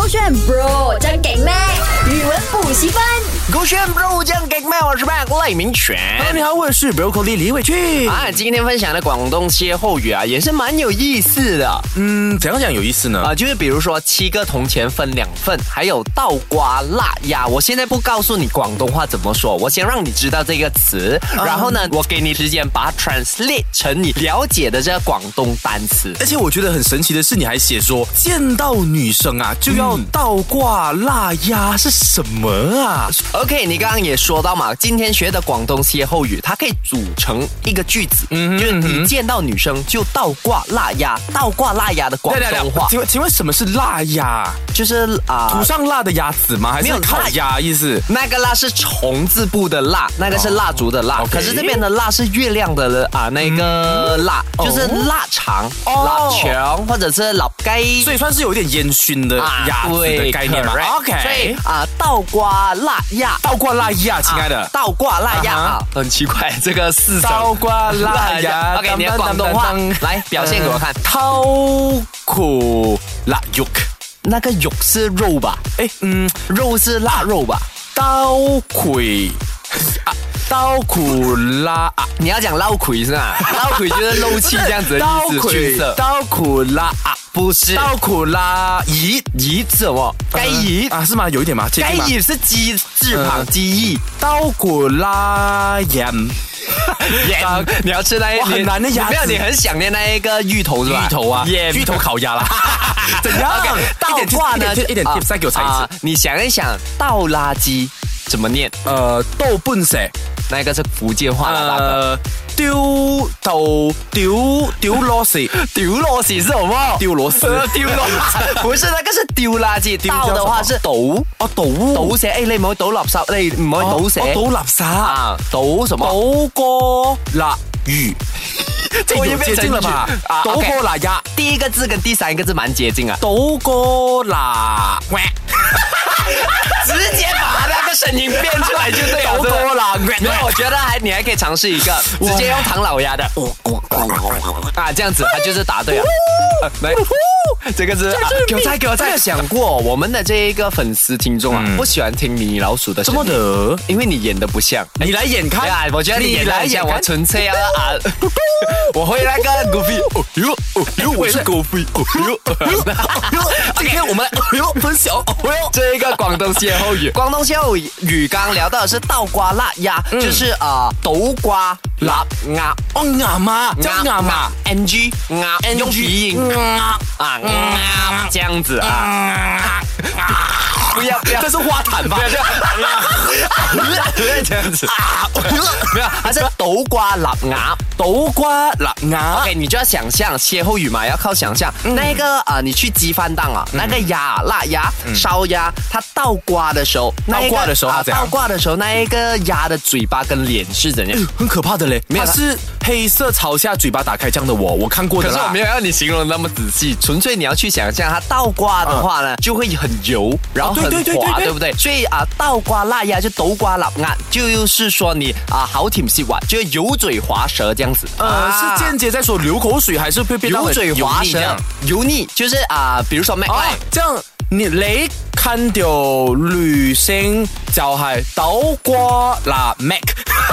炫 bro 真给力，语文补习班。 勾选 bro 酱给麦，我是 Mac 赖明全。 Hello， 你好，我是 Broccoli 李伟俊。 今天分享的广东歇后语也是蛮有意思的。 怎样讲有意思呢？ 就是比如说7个铜钱分2份，还有倒挂辣鸭。我现在不告诉你广东话怎么说，我先让你知道这个词，然后呢，我给你时间把它 translate 成你了解的这个广东单词。 而且我觉得很神奇的是，你还写说见到女生就要倒挂辣鸭是什么啊 ？OK， 你刚刚也说到嘛，今天学的广东歇后语，它可以组成一个句子，就是你见到女生就倒挂辣鸭。倒挂辣鸭的广东话， 请问什么是辣鸭？ 就是涂上辣的鸭子吗？还是烤鸭意思？ 那个辣是虫字部的辣，那个是蜡烛的蜡，可是这边的辣是月亮的那个辣，就是腊肠、腊肠或者是老鸡， 所以算是有一点烟熏的鸭子的概念嘛。OK， 所以倒挂辣鸭， 倒挂辣鸭，亲爱的， 倒挂辣鸭很奇怪，这个4声倒挂辣鸭。 OK， 你的广东话来表现给我看。 偷苦辣肉， 那个肉是肉吧？肉是腊肉吧？ 刀魁刀苦辣你要讲捞魁是吧？捞魁就是漏气这样子的意思，菌色。 刀苦辣不是刀苦辣乙什么？该乙是吗？有一点吗？ 该乙是鸡字旁鸡翼。 刀苦辣盐。 你要吃那一很难的鸭子， 没有，你很想念那一个芋头是吧？ 芋头啊，芋头烤鸭啦。怎样？ 倒挂呢？ 一点 tips 再给我猜一次。 你想一想，倒垃圾怎么念？ 豆笨蛇， 那个是福建话的大哥。 丢螺丝， 丢螺丝是什么？ 丢螺丝， 不是那个是丢垃圾，倒的话是倒倒瀉。你唔可以倒垃圾，你唔可以倒瀉。 倒垃圾倒什么？ 倒過辣魚。这有接近了吧？倒過辣鴨， 第一个字跟第3个字蛮接近啊。 倒過辣， 直接把那个声音变出来就对了。 倒過辣， 没有，我觉得你还可以尝试一个，直接用唐老鸭的这样子，他就是答对了。来，这个是给我猜。想过我们的这一个粉丝听众不喜欢听米老鼠的声音， 怎么的？ 因为你演得不像， 你来演看。 我觉得你演得像，我纯粹我会那个 Goofy， 我是 Goofy， 今天我们分享这一个广东歇后语。广东歇后语刚刚聊到的是倒挂辣鸭，就是倒挂辣鸭。 鸭嘛，叫鸭嘛 ，NG 鸭，用鼻音这样子不要， 这是花坛吧？ 不要这样子没有，它是倒挂辣鸭， 倒挂辣鸭。 OK， 你就要想象歇后语嘛，要靠想象。那个你去鸡饭档那个鸭辣鸭烧鸭，它倒挂的时候，那一个鸭的嘴巴跟脸是怎样？ 很可怕的嘞，它是黑色朝下，嘴巴打开这样的我看过的啦。 可是我没有要你形容那么仔细，纯粹你要去想象它倒挂的话呢，就会很油，然后很滑，对不对？所以倒挂辣鸭就倒挂辣鸭，就是说你好甜舌滑，就油嘴滑舌这样子。 是间接在说流口水，还是会变到油嘴滑舌？油腻就是比如说 Mac， 这样你看到女性就係倒掛辣 Mac，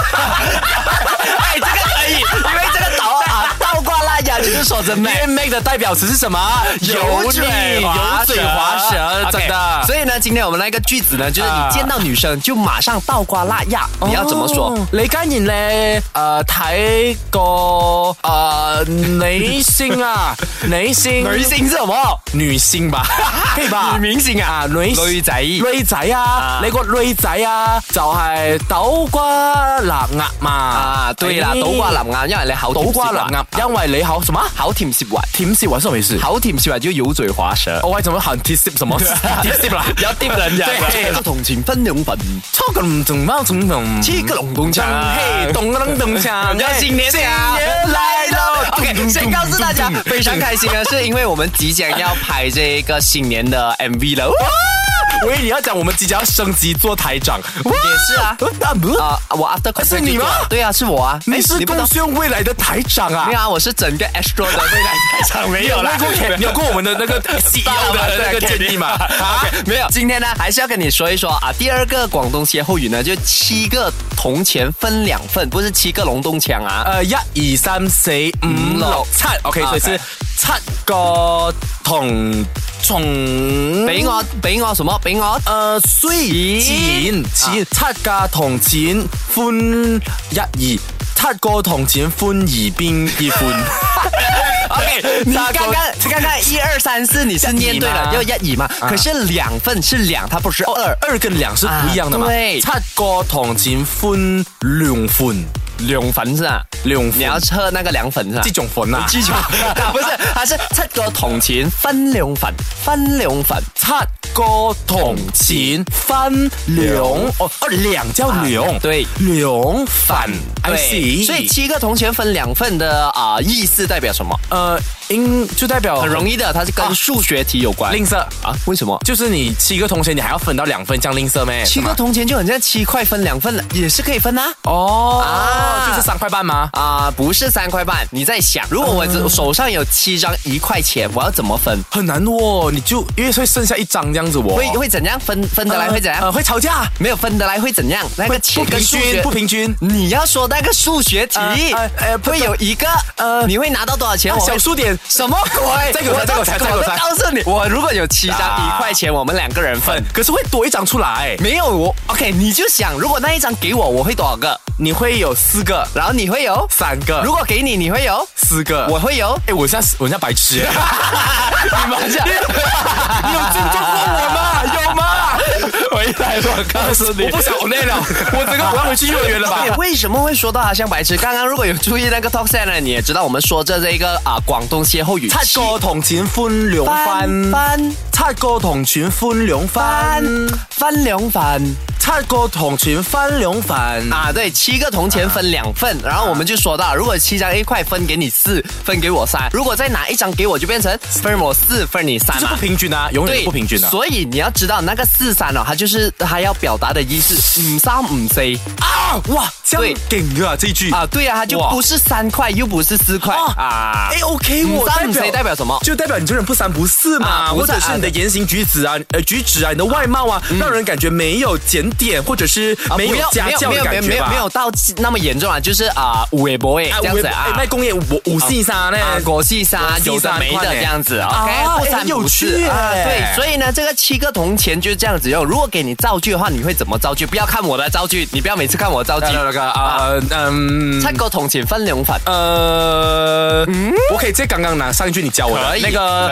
这个可以，因为这个倒挂辣鸭就是说着 Mac 的代表词是什么？油嘴滑舌，真的。 所以呢，今天我们那个句子呢，就是你见到女生就马上倒挂辣鸭，你要怎么说？ 你竟然咧睇過女星女星是什麼？ 女星吧，可以吧？ 女明星女仔你個女仔就係倒掛辣鴨嘛。 對啦，倒掛辣鴨，因為你口甜舌滑。 因為你口什麼？ 口甜舌滑。 甜舌滑是什麼意思？ 口甜舌滑就油嘴滑舌。 我怎麼喊甜舌什麼？甜舌啦， 有啲人對， 銅錢分2份， 抽個龍洞貓種洞， 切個龍洞牆， 嘿，咚咚咚锵， 要新年來了。OK， 先告訴大家，非常開心的是因為我們即將要拍這個新年的 MV 了。 我以为你要讲我们即将要升级做台长， 也是啊。我 after 是你吗？ 对啊，是我啊。 你是公宣未来的台长啊？ 没有啊，我是整个 Astro 的未来台长，没有啦。 你有过我们的那个 CEO 的那个建议吗？ 啊，没有。今天呢，还是要跟你说一说啊。第二个广东歇後語呢，就7個銅錢分2份，不是7個龍洞牆啊。 1、2、3、4、5、6、7 ，OK， 所以是7個銅錢。 俾我什麼？俾我錢7個銅錢分1、2。7個銅錢分2邊1分。 OK， 你剛剛1、2、3、4你是念對了，就1、2嘛。可是2份是2，它不是2 跟2是不一樣的嘛。 對，7 個銅錢分2份。 2份是啊，2份。你要測那個涼粉是吧？ 這種粉啊， 這種不是，它是7個銅錢分2份，7 個銅錢分2，2叫2， 對 ，2份。 對，所以7個銅錢分2份的意思代表什麼？ 就代表很容易的，它是跟數學題有關。 吝嗇啊？為什麼？ 就是你7個銅錢，你還要分到2份，這樣吝嗇咩 ？7個銅錢就很像7塊分2份了，也是可以分啊。 就是3塊半嗎？ 不是3塊半。你在想，如果我手上有7張1塊錢，我要怎麼分？ 很難哦，你就因為會剩下1張這樣子哦。 會怎樣分得來會怎樣？ 會吵架。 沒有分得來會怎樣？那個錢跟數學不平均。 你要說那個數學題，會有一個你會拿到多少錢？ 小數點。 什麼鬼？ 這個我告訴你，我如果有7張1塊錢，我們2個人分， 可是會多1張出來。 沒有我 ，OK， 你就想，如果那1張給我會多少個？ 你會有4個， 然後你會有 3個。 如果給你，你會有 4個， 我會有。 我現在白痴。 你們這， 你有尊重過我嗎？有嗎？回來我告訴你，我不想那了，我要回去幼兒園了吧？ 為什麼會說到好像白痴？剛剛如果有注意那個 talk set 呢，你也知道我們說這一個廣東歇後語 ，7個銅錢分2份，7個銅錢分2份 ，7個銅錢分2份啊，對，7個銅錢分2份，然後我們就說到，如果7張1塊分給你4，分給我3，如果再拿1張給我，就變成分我4，分你3嘛， 就是不平均啊，永遠不平均啊。 所以你要知道那個4、3哦，它就是它要表達的意思，5、3、5、4 啊，哇，這樣勁啊這一句啊，對啊，它就不是3塊，又不是4塊啊。 OK， 5、3、5、4代表什麼？ 就代表你這人不3不4嘛，或者是你的言行舉止啊，你的外貌啊，讓人感覺沒有檢點，或者是沒有家教的感覺吧？ 沒有到那麼嚴重啊，就是五位博這樣子啊， 賣工業五四三呢， 國四三有的沒的這樣子 ，OK， 不3不4啊，對，所以呢，這個7個銅錢就是這樣子用。如果給你造句的話，你會怎麼造句？不要看我的造句，你不要每次看我的造句。7個銅錢分2份。 我可以再剛剛拿上一句你教我的那個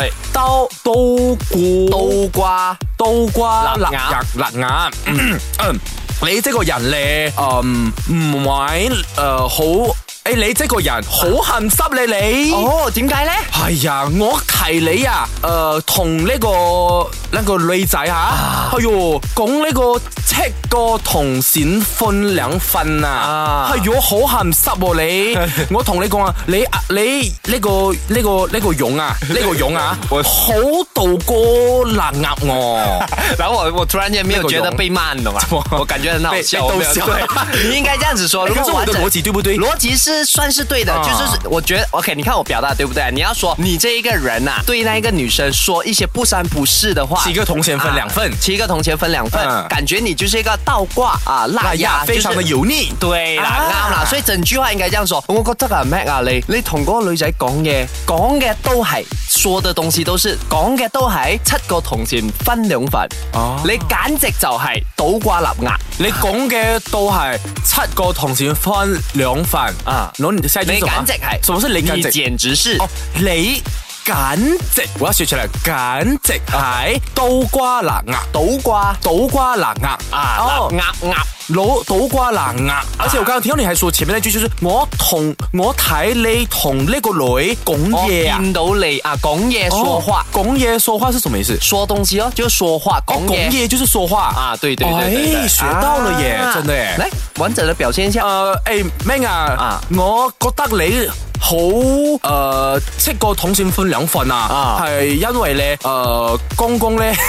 刀瓜辣牙。你這個人咧，唔係好。你這個人好鹹濕你。 哦，點解咧？ 係啊，我提你啊，同呢個女仔嚇，講呢個7個銅錢分2份啊，係喲好鹹濕喎你。我同你講啊，你呢個樣啊，好倒過辣鴨我。然後我突然間沒有覺得被罵，你懂嗎？我感覺很好笑。你應該這樣子說。可是我的邏輯對不對？邏輯是算是對的，就是我覺得 OK， 你看我表達對不對？你要說你這一個人啊，對那一個女生說一些不3不4的話，7個銅錢分2份，7個銅錢分2份，感覺你就是一個倒掛辣鴨，非常的油膩。 對啦，啱啦，所以整句話應該這樣說。我覺得啊，Mac 啊，你同嗰個女仔講嘅都係說的東西都是講嘅都係7個銅錢分2份，你簡直就係倒掛辣鴨。 你講嘅都係7個銅錢分2份啊。你簡直係， 什麼是你簡直？ 你簡直是你簡直，我要說出來，簡直係倒掛辣鴨，倒掛辣鴨啊，倒掛辣鴨。而且我剛剛聽到你還說前面那句，就是我睇你同呢個女講嘢啊， 見到你啊，講嘢說話， 講嘢說話是什麼意思？ 說東西哦，就是說話，講嘢就是說話啊，對， 學到了耶，真的耶。 來，完整的表現一下。 明啊，我覺得你好7個銅錢分2份啊，係因為咧，剛剛咧。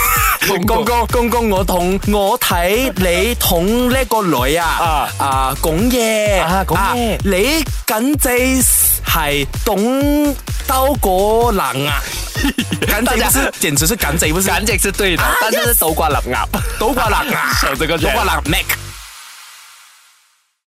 公公，我睇你同呢個女講嘢你簡直係懂兜過冷啊！簡直不是，簡直是趕賊，不是？ 趕賊是對的，但是是斗瓜冷鴨， 斗瓜冷鴨， 這個斗瓜冷 Mac。